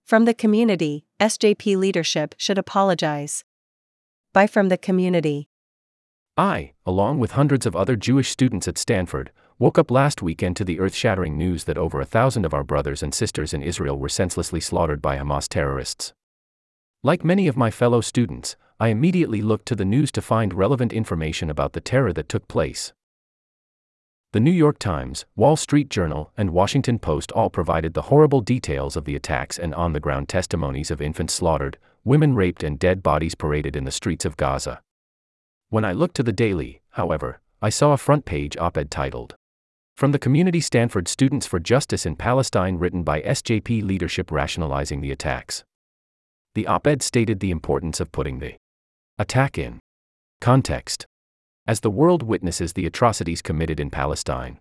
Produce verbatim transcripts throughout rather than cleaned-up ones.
From the community, S J P leadership should apologize. By From the Community. I, along with hundreds of other Jewish students at Stanford, woke up last weekend to the earth-shattering news that over a thousand of our brothers and sisters in Israel were senselessly slaughtered by Hamas terrorists. Like many of my fellow students, I immediately looked to the news to find relevant information about the terror that took place. The New York Times, Wall Street Journal, and Washington Post all provided the horrible details of the attacks and on-the-ground testimonies of infants slaughtered, women raped, and dead bodies paraded in the streets of Gaza. When I looked to the Daily, however, I saw a front-page op-ed titled, "From the Community: Stanford Students for Justice in Palestine," written by S J P leadership rationalizing the attacks. The op-ed stated the importance of putting the attack in context, as the world witnesses the atrocities committed in Palestine.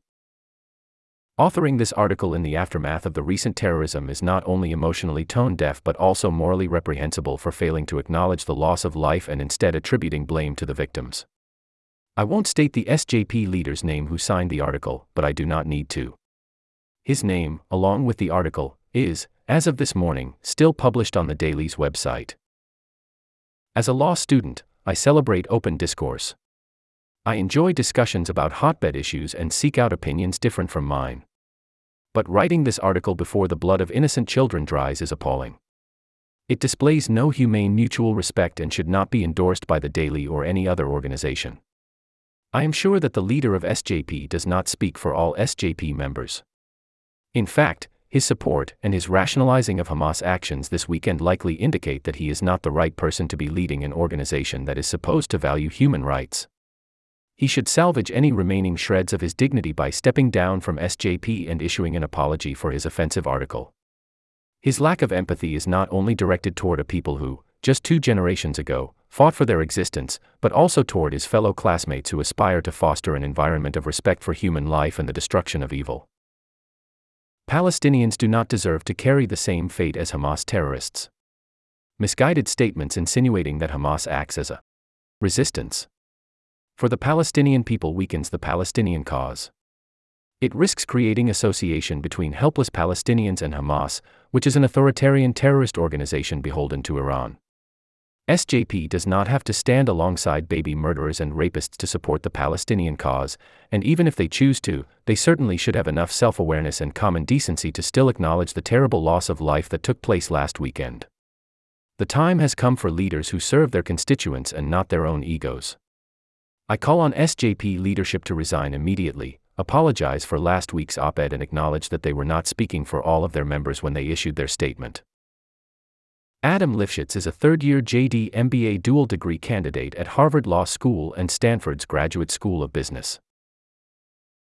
Authoring this article in the aftermath of the recent terrorism is not only emotionally tone-deaf but also morally reprehensible for failing to acknowledge the loss of life and instead attributing blame to the victims. I won't state the S J P leader's name who signed the article, but I do not need to. His name, along with the article, is, as of this morning, still published on the Daily's website. As a law student, I celebrate open discourse. I enjoy discussions about hotbed issues and seek out opinions different from mine. But writing this article before the blood of innocent children dries is appalling. It displays no humane mutual respect and should not be endorsed by the Daily or any other organization. I am sure that the leader of S J P does not speak for all S J P members. In fact, his support and his rationalizing of Hamas actions this weekend likely indicate that he is not the right person to be leading an organization that is supposed to value human rights. He should salvage any remaining shreds of his dignity by stepping down from S J P and issuing an apology for his offensive article. His lack of empathy is not only directed toward a people who, just two generations ago, fought for their existence, but also toward his fellow classmates who aspire to foster an environment of respect for human life and the destruction of evil. Palestinians do not deserve to carry the same fate as Hamas terrorists. Misguided statements insinuating that Hamas acts as a resistance for the Palestinian people weakens the Palestinian cause. It risks creating association between helpless Palestinians and Hamas, which is an authoritarian terrorist organization beholden to Iran. S J P does not have to stand alongside baby murderers and rapists to support the Palestinian cause, and even if they choose to, they certainly should have enough self-awareness and common decency to still acknowledge the terrible loss of life that took place last weekend. The time has come for leaders who serve their constituents and not their own egos. I call on S J P leadership to resign immediately, apologize for last week's op-ed and acknowledge that they were not speaking for all of their members when they issued their statement. Adam Lifshitz is a third-year J D M B A dual degree candidate at Harvard Law School and Stanford's Graduate School of Business.